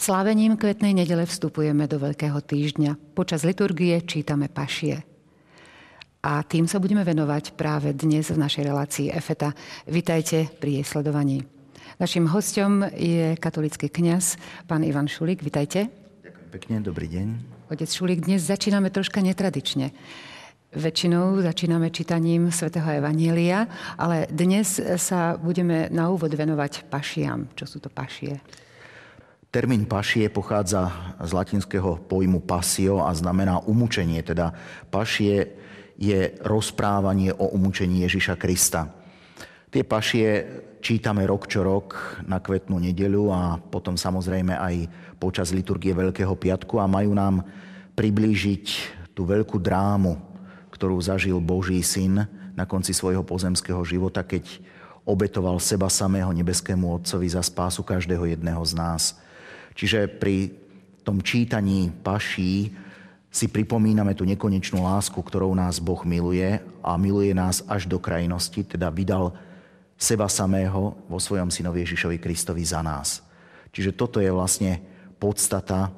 Slávením Kvetnej nedele vstupujeme do Veľkého týždňa. Počas liturgie čítame pašie. A tým sa budeme venovať práve dnes v našej relácii Efeta. Vitajte pri jej sledovaní. Naším hosťom je katolícky kňaz, pán Ivan Šulík. Vitajte. Ďakujem pekne, dobrý deň. Otec Šulík, dnes začíname troška netradične. Väčšinou začíname čítaním svätého Evanjelia, ale dnes sa budeme na úvod venovať pašiam. Čo sú to pašie? Termín pašie pochádza z latinského pojmu passio a znamená umúčenie. Teda pašie je rozprávanie o umúčení Ježiša Krista. Tie pašie čítame rok čo rok na Kvetnú nedeľu a potom samozrejme aj počas liturgie Veľkého piatku a majú nám priblížiť tú veľkú drámu, ktorú zažil Boží syn na konci svojho pozemského života, keď obetoval seba samého nebeskému Otcovi za spásu každého jedného z nás. Čiže pri tom čítaní paší si pripomíname tú nekonečnú lásku, ktorou nás Boh miluje a miluje nás až do krajnosti, teda vydal seba samého vo svojom synovi Ježišovi Kristovi za nás. Čiže toto je vlastne podstata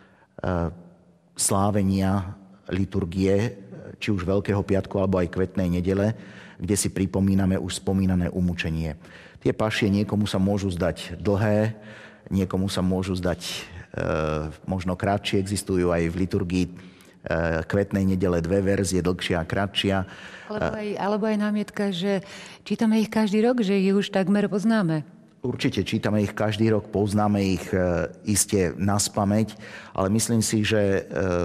slávenia liturgie, či už Veľkého piatku, alebo aj Kvetnej nedele, kde si pripomíname už spomínané umúčenie. Tie pašie niekomu sa môžu zdať dlhé, niekomu sa môžu zdať možno kratšie. Existujú aj v liturgii Kvetnej nedele dve verzie, dlhšia a kratšia. Alebo aj námietka, že čítame ich každý rok, že ich už takmer poznáme. Určite čítame ich každý rok, poznáme ich iste naspamäť, ale myslím si, že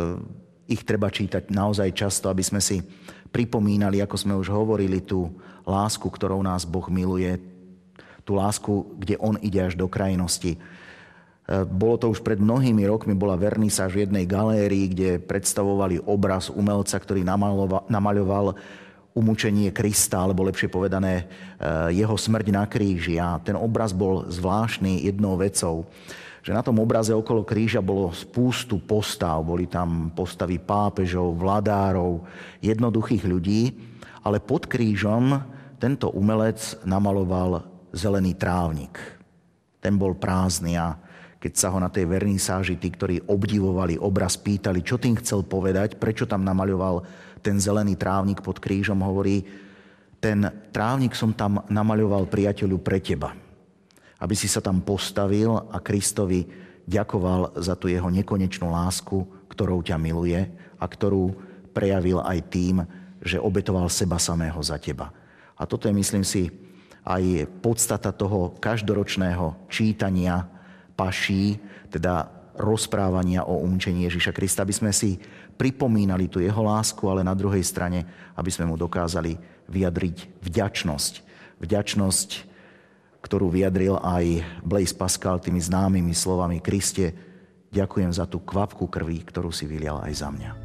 ich treba čítať naozaj často, aby sme si pripomínali, ako sme už hovorili, tú lásku, ktorou nás Boh miluje, tú lásku, kde On ide až do krajnosti. Bolo to už pred mnohými rokmi, bola vernisáž v jednej galérii, kde predstavovali obraz umelca, ktorý namaľoval umúčenie Krista, alebo lepšie povedané, jeho smrť na kríži. A ten obraz bol zvláštny jednou vecou, že na tom obraze okolo kríža bolo spústu postav. Boli tam postavy pápežov, vladárov, jednoduchých ľudí, ale pod krížom tento umelec namaloval zelený trávnik. Ten bol prázdny a keď sa ho na tej vernisáži tí, ktorí obdivovali obraz, pýtali, čo tým chcel povedať, prečo tam namaľoval ten zelený trávnik pod krížom, hovorí, ten trávnik som tam namaľoval, priateľu, pre teba. Aby si sa tam postavil a Kristovi ďakoval za tú jeho nekonečnú lásku, ktorou ťa miluje a ktorú prejavil aj tým, že obetoval seba samého za teba. A toto je, myslím si, aj podstata toho každoročného čítania paší, teda rozprávania o umúčení Ježiša Krista, aby sme si pripomínali tú jeho lásku, ale na druhej strane, aby sme mu dokázali vyjadriť vďačnosť. Vďačnosť, ktorú vyjadril aj Blaise Pascal tými známymi slovami: Kriste, ďakujem za tú kvapku krvi, ktorú si vylial aj za mňa.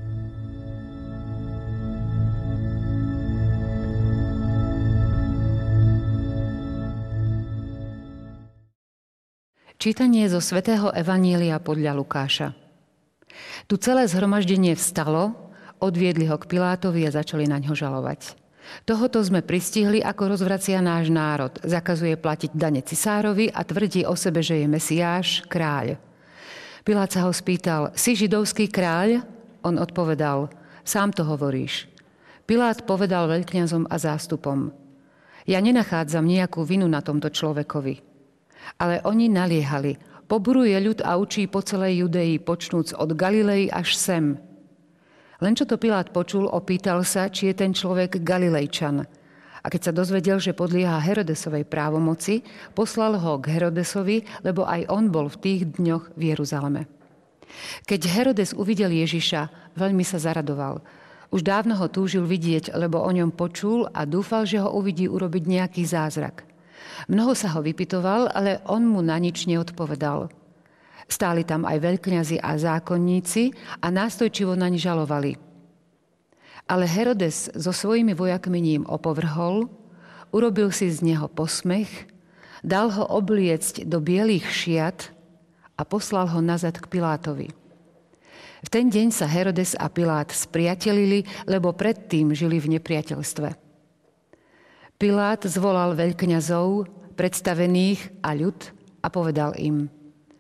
Čítanie zo svätého Evanjelia podľa Lukáša. Tu celé zhromaždenie vstalo, odviedli ho k Pilátovi a začali naňho žalovať. Tohoto sme pristihli, ako rozvracia náš národ, zakazuje platiť dane cisárovi a tvrdí o sebe, že je Mesiáš, kráľ. Pilát sa ho spýtal: si židovský kráľ? On odpovedal: sám to hovoríš. Pilát povedal veľkňazom a zástupom: ja nenachádzam nejakú vinu na tomto človekovi. Ale oni naliehali: poburuje ľud a učí po celej Judei, počnúc od Galilei až sem. Len čo to Pilát počul, opýtal sa, či je ten človek Galilejčan. A keď sa dozvedel, že podlieha Herodesovej právomoci, poslal ho k Herodesovi, lebo aj on bol v tých dňoch v Jeruzaleme. Keď Herodes uvidel Ježiša, veľmi sa zaradoval. Už dávno ho túžil vidieť, lebo o ňom počul a dúfal, že ho uvidí urobiť nejaký zázrak. Mnoho sa ho vypytoval, ale on mu na nič neodpovedal. Stáli tam aj veľkňazi a zákonníci a nástojčivo naň žalovali. Ale Herodes so svojimi vojakmi ním opovrhol, urobil si z neho posmech, dal ho obliecť do bielých šiat a poslal ho nazad k Pilátovi. V ten deň sa Herodes a Pilát spriatelili, lebo predtým žili v nepriateľstve. Pilát zvolal veľkňazov, predstavených a ľud a povedal im: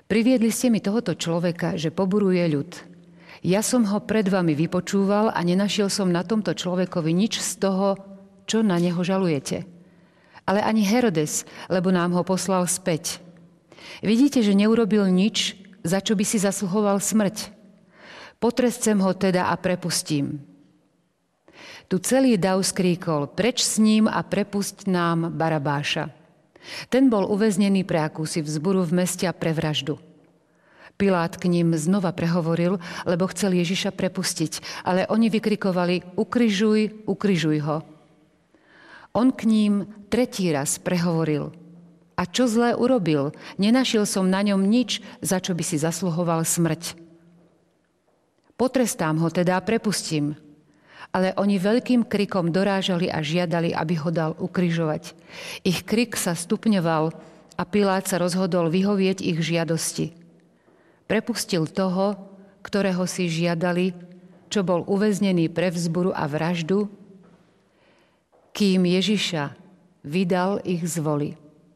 Priviedli ste mi tohoto človeka, že poburuje ľud. Ja som ho pred vami vypočúval a nenašiel som na tomto človekovi nič z toho, čo na neho žalujete. Ale ani Herodes, lebo nám ho poslal späť. Vidíte, že neurobil nič, za čo by si zasluhoval smrť. Potrescem ho teda a prepustím. Tu celý dav skríkol, preč s ním a prepusť nám Barabáša. Ten bol uväznený pre akúsi vzburu v meste a pre vraždu. Pilát k ním znova prehovoril, lebo chcel Ježiša prepustiť, ale oni vykrikovali, ukrižuj, ukrižuj ho. On k ním tretí raz prehovoril, a čo zlé urobil? Nenašiel som na ňom nič, za čo by si zasluhoval smrť. Potrestám ho teda a prepustím. Ale oni veľkým krikom dorážali a žiadali, aby ho dal ukrižovať. Ich krik sa stupňoval a Pilát sa rozhodol vyhovieť ich žiadosti. Prepustil toho, ktorého si žiadali, čo bol uväznený pre vzburu a vraždu, kým Ježiša vydal ich z voli.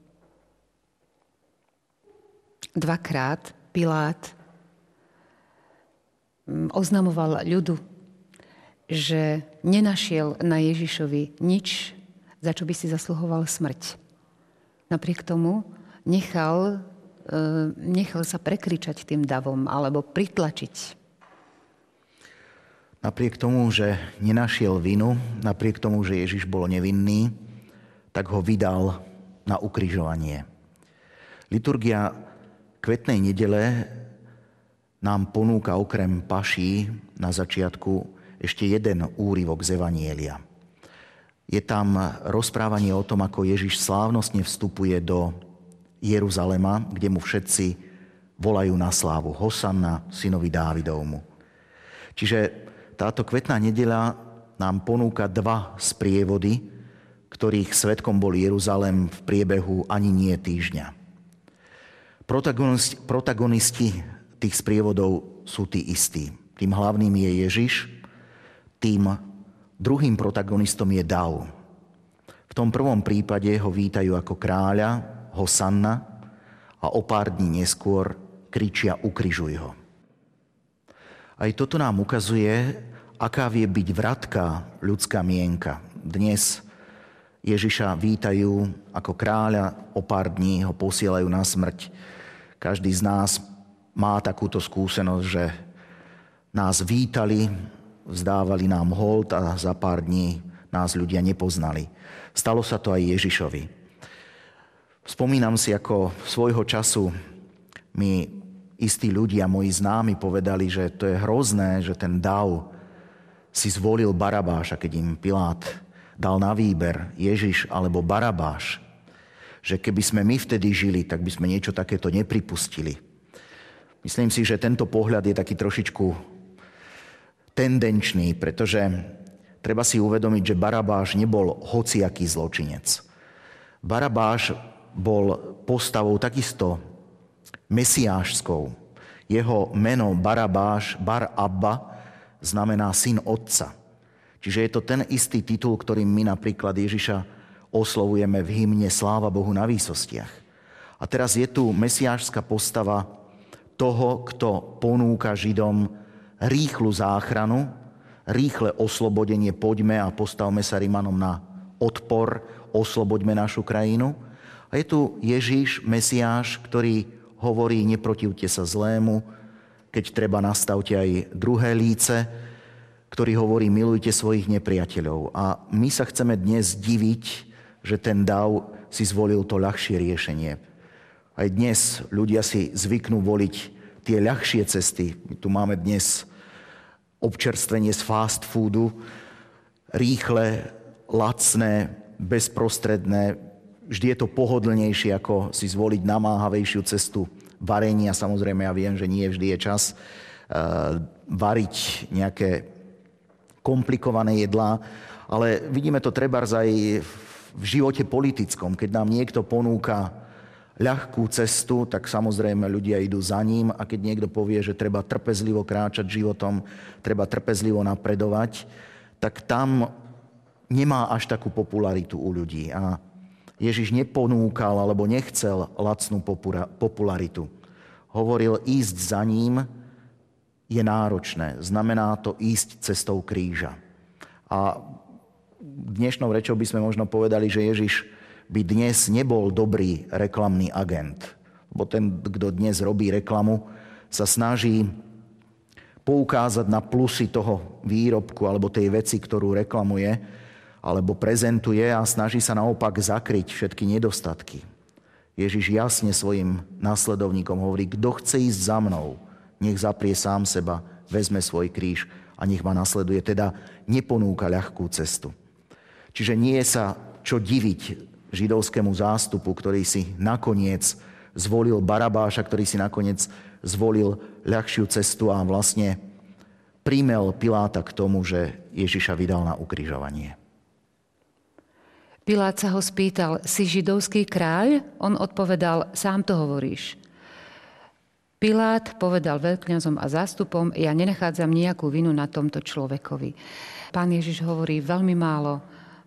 Dvakrát Pilát oznamoval ľudu, že nenašiel na Ježišovi nič, za čo by si zasluhoval smrť. Napriek tomu nechal sa prekričať tým davom alebo pritlačiť. Napriek tomu, že nenašiel vinu, napriek tomu, že Ježiš bol nevinný, tak ho vydal na ukrižovanie. Liturgia Kvetnej nedele nám ponúka okrem paší na začiatku ešte jeden úryvok z Evanjelia. Je tam rozprávanie o tom, ako Ježiš slávnostne vstupuje do Jeruzalema, kde mu všetci volajú na slávu. Hosanna, synovi Dávidovmu. Čiže táto kvetná nedeľa nám ponúka dva sprievody, ktorých svedkom bol Jeruzalem v priebehu ani nie týždňa. Protagonisti tých sprievodov sú tí istí. Tým hlavným je Ježiš, tým druhým protagonistom je dav. V tom prvom prípade ho vítajú ako kráľa, Hosanna, a o pár dní neskôr kričia ukrižuj ho. Aj toto nám ukazuje, aká vie byť vratká ľudská mienka. Dnes Ježiša vítajú ako kráľa, o pár dní ho posielajú na smrť. Každý z nás má takúto skúsenosť, že nás vítali, vzdávali nám hold a za pár dní nás ľudia nepoznali. Stalo sa to aj Ježišovi. Spomínam si, ako svojho času mi istí ľudia, moji známi, povedali, že to je hrozné, že ten dav si zvolil Barabáša, keď im Pilát dal na výber Ježiš alebo Barabáš. Že keby sme my vtedy žili, tak by sme niečo takéto nepripustili. Myslím si, že tento pohľad je taký trošičku tendenčný, pretože treba si uvedomiť, že Barabáš nebol hociaký zločinec. Barabáš bol postavou takisto mesiášskou. Jeho meno Barabáš, Bar Abba, znamená syn otca. Čiže je to ten istý titul, ktorým my napríklad Ježiša oslovujeme v hymne Sláva Bohu na výsostiach. A teraz je tu mesiášska postava toho, kto ponúka Židom rýchlu záchranu, rýchle oslobodenie, poďme a postavme sa Rimanom na odpor, osloboďme našu krajinu. A je tu Ježiš, Mesiáš, ktorý hovorí, neprotivte sa zlému, keď treba, nastavte aj druhé líce, ktorý hovorí, milujte svojich nepriateľov. A my sa chceme dnes diviť, že ten dav si zvolil to ľahšie riešenie. Aj dnes ľudia si zvyknú voliť tie ľahšie cesty. My tu máme dnes občerstvenie z fast foodu, rýchle, lacné, bezprostredné. Vždy je to pohodlnejšie, ako si zvoliť namáhavejšiu cestu varenia. Samozrejme, ja viem, že nie vždy je čas variť nejaké komplikované jedlá, ale vidíme to trebárs aj v živote politickom. Keď nám niekto ponúka ľahkú cestu, tak samozrejme ľudia idú za ním, a keď niekto povie, že treba trpezlivo kráčať životom, treba trpezlivo napredovať, tak tam nemá až takú popularitu u ľudí. A Ježiš neponúkal alebo nechcel lacnú popularitu. Hovoril, ísť za ním je náročné. Znamená to ísť cestou kríža. A dnešnou rečou by sme možno povedali, že Ježiš by dnes nebol dobrý reklamný agent. Lebo ten, kto dnes robí reklamu, sa snaží poukázať na plusy toho výrobku alebo tej veci, ktorú reklamuje alebo prezentuje a snaží sa naopak zakryť všetky nedostatky. Ježiš jasne svojim následovníkom hovorí, kto chce ísť za mnou, nech zaprie sám seba, vezme svoj kríž a nech ma nasleduje. Teda neponúka ľahkú cestu. Čiže nie je sa čo diviť židovskému zástupu, ktorý si nakoniec zvolil Barabáša, ktorý si nakoniec zvolil ľahšiu cestu a vlastne primel Piláta k tomu, že Ježiša vydal na ukrižovanie. Pilát sa ho spýtal, si židovský kráľ? On odpovedal, sám to hovoríš. Pilát povedal veľkňazom a zástupom, ja nenachádzam nejakú vinu na tomto človekovi. Pán Ježiš hovorí veľmi málo,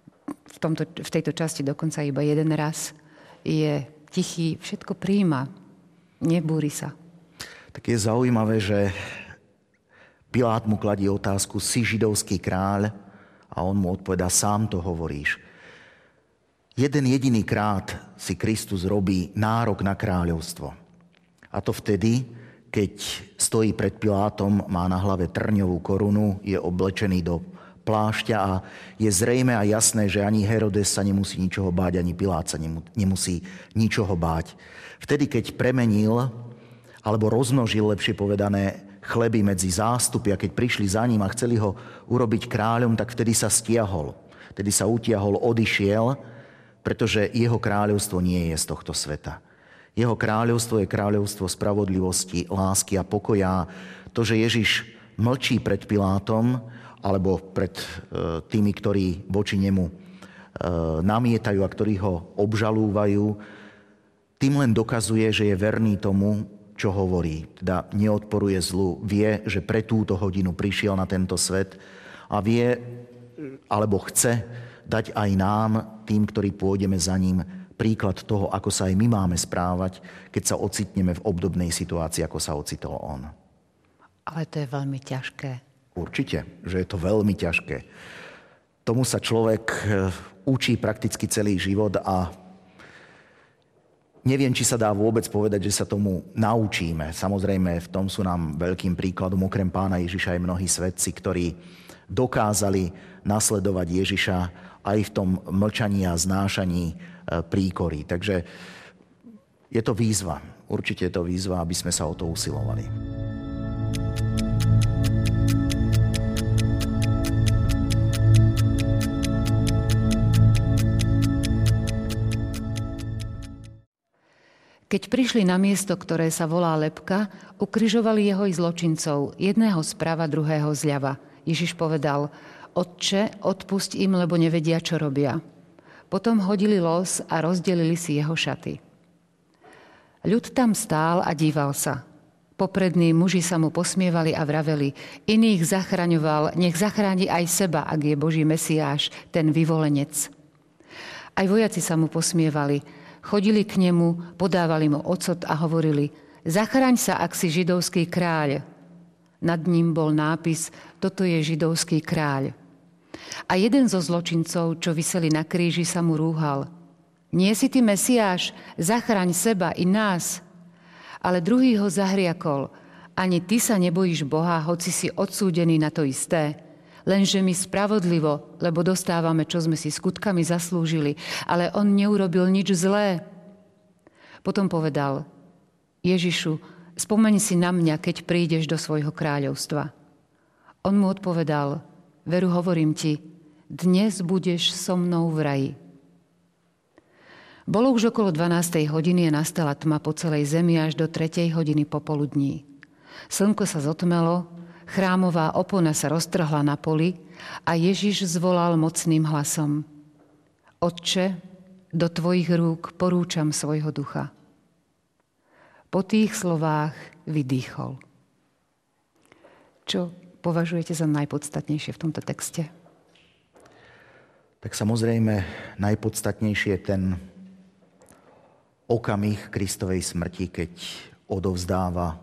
v tejto časti dokonca iba jeden raz. Je tichý, všetko prijíma, nebúri sa. Tak je zaujímavé, že Pilát mu kladie otázku, si židovský kráľ? A on mu odpovedá, sám to hovoríš. Jeden jediný krát si Kristus robí nárok na kráľovstvo. A to vtedy, keď stojí pred Pilátom, má na hlave trňovú korunu, je oblečený do plášťa a je zrejme a jasné, že ani Herodes sa nemusí ničoho báť, ani Pilát sa nemusí ničoho báť. Vtedy, keď premenil, alebo rozmnožil, lepšie povedané, chleby medzi zástupy a keď prišli za ním a chceli ho urobiť kráľom, tak vtedy sa stiahol. Vtedy sa utiahol, odišiel, pretože jeho kráľovstvo nie je z tohto sveta. Jeho kráľovstvo je kráľovstvo spravodlivosti, lásky a pokoja. To, že Ježiš mlčí pred Pilátom alebo pred tými, ktorí voči nemu namietajú a ktorí ho obžalúvajú, tým len dokazuje, že je verný tomu, čo hovorí. Teda neodporuje zlu. Vie, že pre túto hodinu prišiel na tento svet a vie, alebo chce dať aj nám, tým, ktorí pôjdeme za ním, príklad toho, ako sa aj my máme správať, keď sa ocitneme v obdobnej situácii, ako sa ocitol on. Ale to je veľmi ťažké. Určite, že je to veľmi ťažké. Tomu sa človek učí prakticky celý život a neviem, či sa dá vôbec povedať, že sa tomu naučíme. Samozrejme, v tom sú nám veľkým príkladom, okrem Pána Ježiša aj mnohí svedci, ktorí dokázali nasledovať Ježiša aj v tom mlčaní a znášaní príkory. Takže je to výzva. Určite je to výzva, aby sme sa o to usilovali. Keď prišli na miesto, ktoré sa volá Lebka, ukrižovali jeho i zločincov, jedného zprava, druhého zľava. Ježiš povedal, Otče, odpusť im, lebo nevedia, čo robia. Potom hodili los a rozdelili si jeho šaty. Ľud tam stál a díval sa. Poprední muži sa mu posmievali a vraveli, iných zachraňoval, nech zachráni aj seba, ak je Boží Mesiáš, ten vyvolenec. Aj vojaci sa mu posmievali, chodili k nemu, podávali mu ocot a hovorili, zachraň sa, ak si židovský kráľ. Nad ním bol nápis, toto je židovský kráľ. A jeden zo zločincov, čo viseli na kríži, sa mu rúhal. Nie si ty Mesiáš, zachraň seba i nás. Ale druhý ho zahriakol. Ani ty sa nebojíš Boha, hoci si odsúdený na to isté. Lenže my spravodlivo, lebo dostávame, čo sme si skutkami zaslúžili. Ale on neurobil nič zlé. Potom povedal, Ježišu, spomeň si na mňa, keď prídeš do svojho kráľovstva. On mu odpovedal, veru hovorím ti, dnes budeš so mnou v raji. Bolo už okolo 12. hodiny a nastala tma po celej zemi až do 3. hodiny popoludní. Slnko sa zotmelo, chrámová opona sa roztrhla na poli a Ježiš zvolal mocným hlasom. Otče, do tvojich rúk porúčam svojho ducha. Po tých slovách vydýchol. Čo považujete za najpodstatnejšie v tomto texte? Tak samozrejme, najpodstatnejšie je ten okamih Kristovej smrti, keď odovzdáva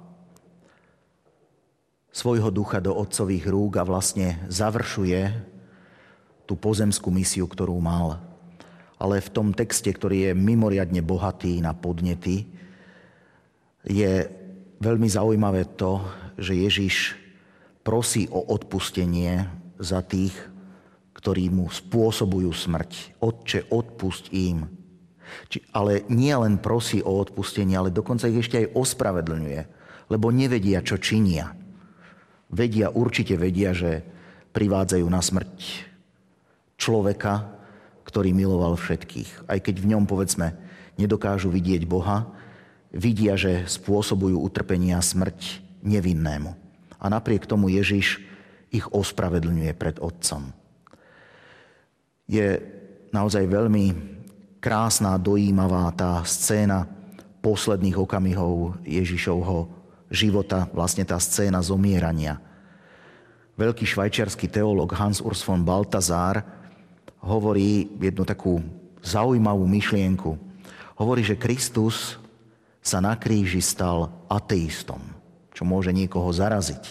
svojho ducha do otcových rúk a vlastne završuje tú pozemskú misiu, ktorú mal. Ale v tom texte, ktorý je mimoriadne bohatý na podnety, je veľmi zaujímavé to, že Ježiš prosí o odpustenie za tých, ktorí mu spôsobujú smrť. Otče, odpusť im. Ale nie len prosí o odpustenie, ale dokonca ich ešte aj ospravedlňuje, lebo nevedia, čo činia. Určite vedia, že privádzajú na smrť človeka, ktorý miloval všetkých. Aj keď v ňom, povedzme, nedokážu vidieť Boha, vidia, že spôsobujú utrpenie a smrť nevinnému. A napriek tomu Ježiš ich ospravedlňuje pred Otcom. Je naozaj veľmi krásna, dojímavá tá scéna posledných okamihov Ježišovho života, vlastne tá scéna zomierania. Veľký švajčiarsky teológ Hans Urs von Balthasar hovorí jednu takú zaujímavú myšlienku. Hovorí, že Kristus sa na kríži stal ateistom, čo môže niekoho zaraziť.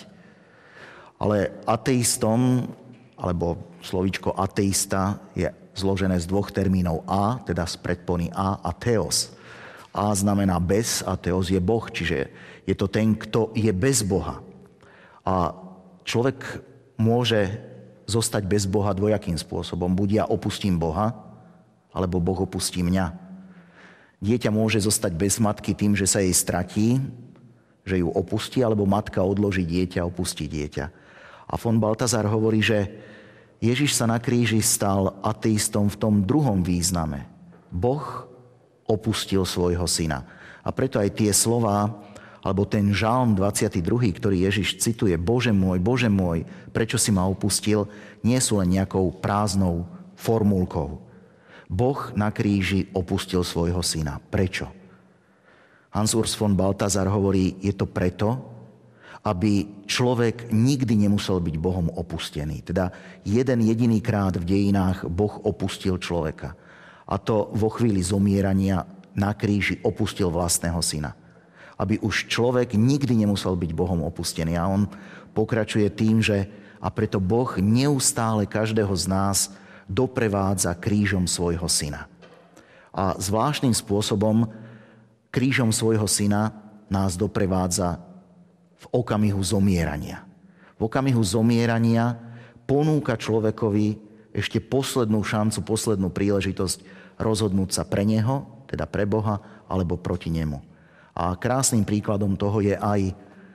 Ale ateistom, alebo slovíčko ateista, je zložené z dvoch termínov a, teda z predpony a teos. A znamená bez a teos je Boh, čiže je to ten, kto je bez Boha. A človek môže zostať bez Boha dvojakým spôsobom. Buď ja opustím Boha, alebo Boh opustí mňa. Dieťa môže zostať bez matky tým, že sa jej stratí, že ju opustí, alebo matka odloží dieťa, opustí dieťa. A von Balthasar hovorí, že Ježiš sa na kríži stal ateistom v tom druhom význame. Boh opustil svojho syna. A preto aj tie slová, alebo ten žalm 22., ktorý Ježiš cituje, Bože môj, prečo si ma opustil, nie sú len nejakou prázdnou formulkou. Boh na kríži opustil svojho syna. Prečo? Hans Urs von Balthasar hovorí, je to preto, aby človek nikdy nemusel byť Bohom opustený. Teda jeden jediný krát v dejinách Boh opustil človeka. A to vo chvíli zomierania na kríži opustil vlastného syna. Aby už človek nikdy nemusel byť Bohom opustený. A on pokračuje tým, že a preto Boh neustále každého z nás doprevádza krížom svojho syna. A zvláštnym spôsobom krížom svojho syna nás doprevádza v okamihu zomierania. V okamihu zomierania ponúka človekovi ešte poslednú šancu, poslednú príležitosť rozhodnúť sa pre neho, teda pre Boha, alebo proti nemu. A krásnym príkladom toho je aj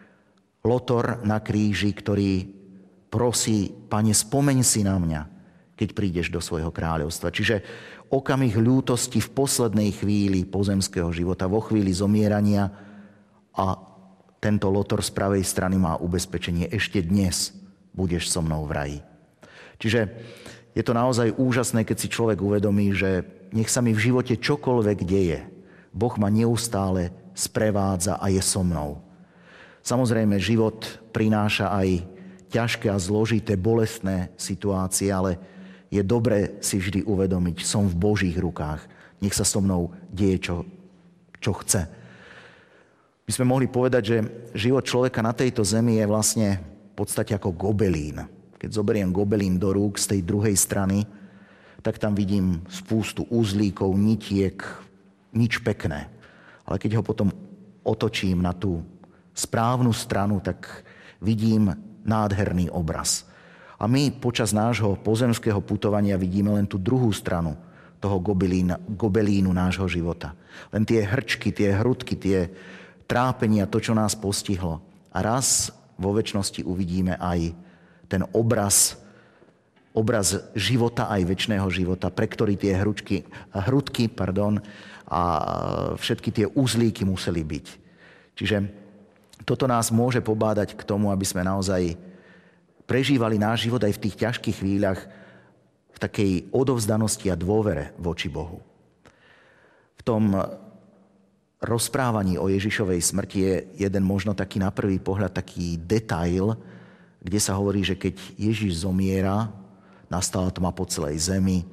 Lotor na kríži, ktorý prosí, Pane, spomeň si na mňa, keď prídeš do svojho kráľovstva. Čiže okamih ľútosti v poslednej chvíli pozemského života, vo chvíli zomierania, a tento Lotor z pravej strany má ubezpečenie, ešte dnes budeš so mnou v raji. Čiže je to naozaj úžasné, keď si človek uvedomí, že nech sa mi v živote čokoľvek deje, Boh ma neustále sprevádza a je so mnou. Samozrejme, život prináša aj ťažké a zložité, bolestné situácie, ale je dobre si vždy uvedomiť, som v Božích rukách. Nech sa so mnou deje, čo chce. My sme mohli povedať, že život človeka na tejto zemi je vlastne v podstate ako gobelín. Keď zoberiem gobelín do rúk z tej druhej strany, tak tam vidím spústu uzlíkov, nitiek, nič pekné. Ale keď ho potom otočím na tú správnu stranu, tak vidím nádherný obraz. A my počas nášho pozemského putovania vidíme len tú druhú stranu toho gobelínu nášho života. Len tie hrčky, tie hrudky, tie trápenia, to, čo nás postihlo. A raz vo večnosti uvidíme aj ten obraz života, aj večného života, pre ktorý tie hrudky a všetky tie uzlíky museli byť. Čiže toto nás môže pobádať k tomu, aby sme naozaj prežívali náš život aj v tých ťažkých chvíľach v takej odovzdanosti a dôvere voči Bohu. V tom rozprávaní o Ježišovej smrti je jeden možno taký na prvý pohľad taký detail, kde sa hovorí, že keď Ježiš zomiera, nastala tma po celej zemi,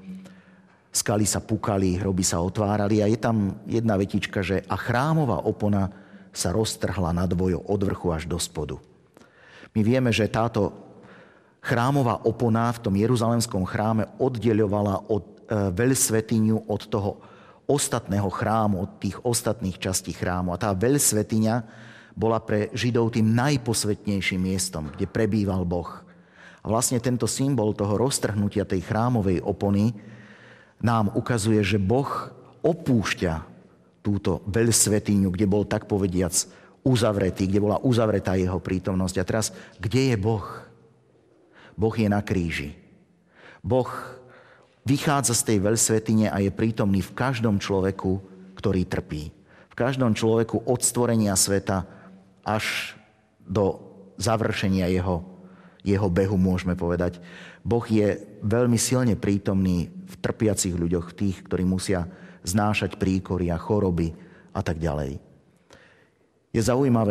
skaly sa pukali, hroby sa otvárali a je tam jedna vetička, že a chrámová opona sa roztrhla na dvojo od vrchu až do spodu. My vieme, že táto chrámová opona v tom jeruzalemskom chráme oddeľovala veľsvätyňu od toho ostatného chrámu, od tých ostatných častí chrámu. A tá veľsvätyňa bola pre Židov tým najposvetnejším miestom, kde prebýval Boh. A vlastne tento symbol toho roztrhnutia tej chrámovej opony nám ukazuje, že Boh opúšťa túto veľsvätyňu, kde bol tak povediac uzavretý, kde bola uzavretá jeho prítomnosť. A teraz, kde je Boh? Boh je na kríži. Boh vychádza z tej veľsvätyne a je prítomný v každom človeku, ktorý trpí. V každom človeku od stvorenia sveta až do završenia jeho behu, môžeme povedať. Boh je veľmi silne prítomný v trpiacich ľuďoch, v tých, ktorí musia znášať príkory a choroby a tak ďalej. Je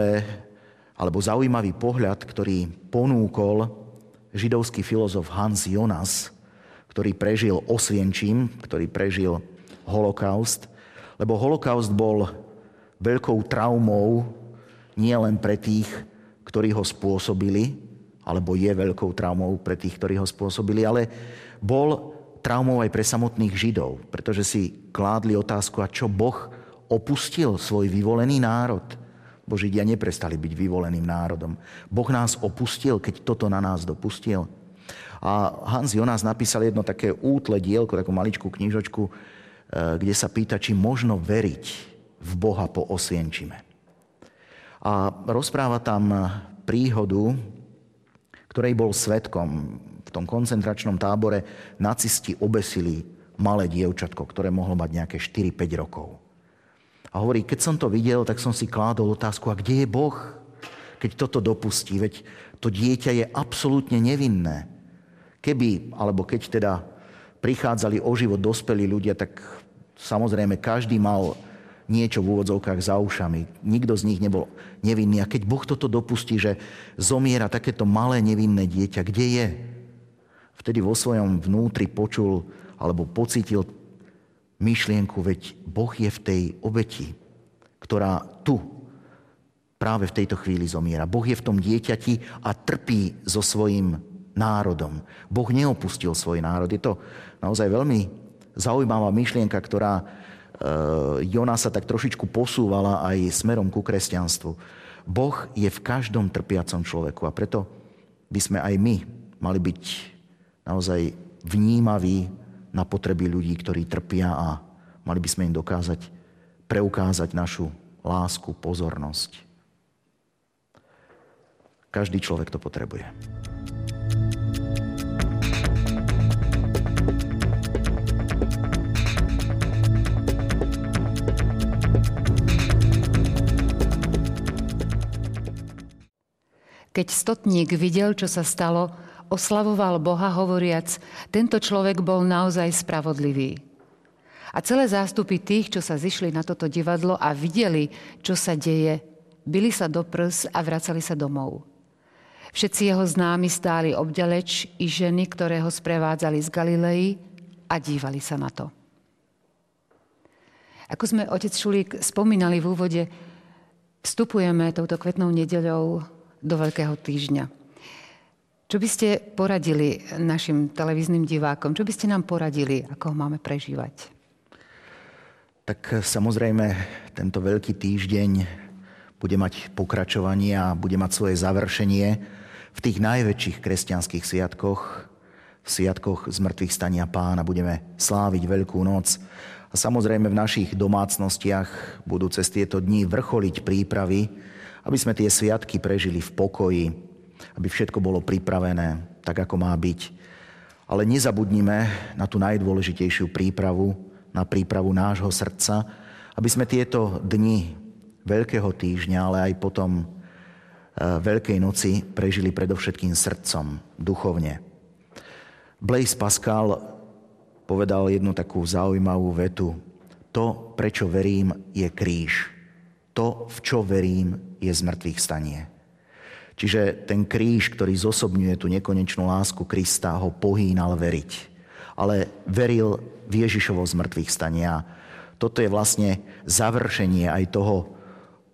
zaujímavý pohľad, ktorý ponúkol židovský filozof Hans Jonas, ktorý prežil Osvienčim, ktorý prežil holokaust, lebo holokaust bol veľkou traumou nie len pre tých, ktorí ho spôsobili, alebo je veľkou traumou pre tých, ktorí ho spôsobili, ale bol traumou aj pre samotných Židov, pretože si kládli otázku, a čo Boh opustil svoj vyvolený národ? Bo Židia neprestali byť vyvoleným národom. Boh nás opustil, keď toto na nás dopustil. A Hans Jonas napísal jedno také útle dielko, takú maličkú knižočku, kde sa pýta, či možno veriť v Boha po Osvienčime. A rozpráva tam príhodu, ktorej bol svedkom. V tom koncentračnom tábore nacisti obesili malé dievčatko, ktoré mohlo mať nejaké 4-5 rokov. A hovorí, keď som to videl, tak som si kládol otázku, a kde je Boh, keď toto dopustí? Veď to dieťa je absolútne nevinné. Keď teda prichádzali o život dospelí ľudia, tak samozrejme každý mal niečo v úvodzovkách za ušami. Nikto z nich nebol nevinný. A keď Boh toto dopustí, že zomiera takéto malé nevinné dieťa, kde je? Vtedy vo svojom vnútri počul alebo pocítil myšlienku, veď Boh je v tej obeti, ktorá tu práve v tejto chvíli zomiera. Boh je v tom dieťati a trpí so svojím národom. Boh neopustil svoj národ. Je to naozaj veľmi zaujímavá myšlienka, ktorá Jonasa tak trošičku posúvala aj smerom ku kresťanstvu. Boh je v každom trpiacom človeku a preto by sme aj my mali byť naozaj vnímaví na potreby ľudí, ktorí trpia, a mali by sme im preukázať našu lásku, pozornosť. Každý človek to potrebuje. Keď stotník videl, čo sa stalo, oslavoval Boha hovoriac, tento človek bol naozaj spravodlivý. A celé zástupy tých, čo sa zišli na toto divadlo a videli, čo sa deje, bili sa do prs a vracali sa domov. Všetci jeho známi stáli obďaleč, i ženy, ktoré ho sprevádzali z Galilei, a dívali sa na to. Ako sme, otec Šulík, spomínali v úvode, vstupujeme touto kvetnou nedeľou do Veľkého týždňa. Čo by ste poradili našim televíznym divákom? Čo by ste nám poradili, ako ho máme prežívať? Tak samozrejme, tento Veľký týždeň bude mať pokračovanie a bude mať svoje završenie v tých najväčších kresťanských sviatkoch, v sviatkoch zmrtvých stania Pána. Budeme sláviť Veľkú noc. A samozrejme v našich domácnostiach budú cez tieto dni vrcholiť prípravy, aby sme tie sviatky prežili v pokoji, aby všetko bolo pripravené tak, ako má byť. Ale nezabudnime na tú najdôležitejšiu prípravu, na prípravu nášho srdca, aby sme tieto dni Veľkého týždňa, ale aj potom Veľkej noci prežili predovšetkým srdcom, duchovne. Blaise Pascal povedal jednu takú zaujímavú vetu. To, prečo verím, je kríž. To, v čo verím, je zmrtvých stanie. Čiže ten kríž, ktorý zosobňuje tú nekonečnú lásku Krista, ho pohýnal veriť. Ale veril v Ježišovo zmrtvých stania. Toto je vlastne završenie aj toho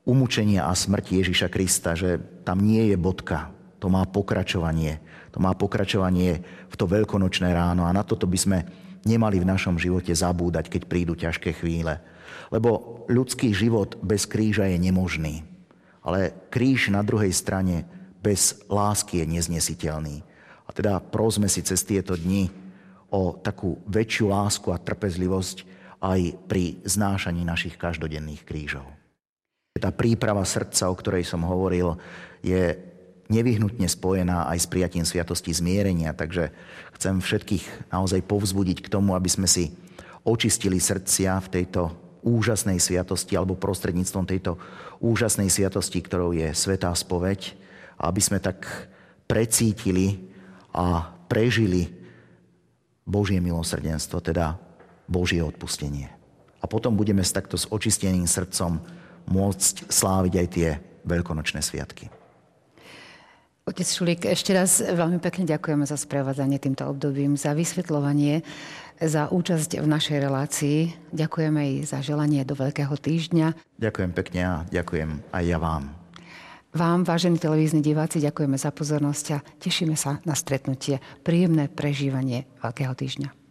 umúčenia a smrti Ježiša Krista, že tam nie je bodka. To má pokračovanie. To má pokračovanie v to veľkonočné ráno a na toto by sme nemali v našom živote zabúdať, keď prídu ťažké chvíle. Lebo ľudský život bez kríža je nemožný. Ale kríž na druhej strane bez lásky je neznesiteľný. A teda prosme si cez tieto dni o takú väčšiu lásku a trpezlivosť aj pri znášaní našich každodenných krížov. Tá príprava srdca, o ktorej som hovoril, je nevyhnutne spojená aj s prijatím sviatosti zmierenia. Takže chcem všetkých naozaj povzbudiť k tomu, aby sme si očistili srdcia v tejto úžasnej sviatosti alebo prostredníctvom tejto úžasnej sviatosti, ktorou je svätá spoveď, a aby sme tak precítili a prežili Božie milosrdenstvo, teda Božie odpustenie. A potom budeme takto s očisteným srdcom môcť sláviť aj tie veľkonočné sviatky. Otec Šulík, ešte raz veľmi pekne ďakujeme za sprevádzanie týmto obdobím, za vysvetľovanie, za účasť v našej relácii. Ďakujeme aj za želanie do Veľkého týždňa. Ďakujem pekne a ďakujem aj ja vám. Vám, vážení televízni diváci, ďakujeme za pozornosť a tešíme sa na stretnutie. Príjemné prežívanie Veľkého týždňa.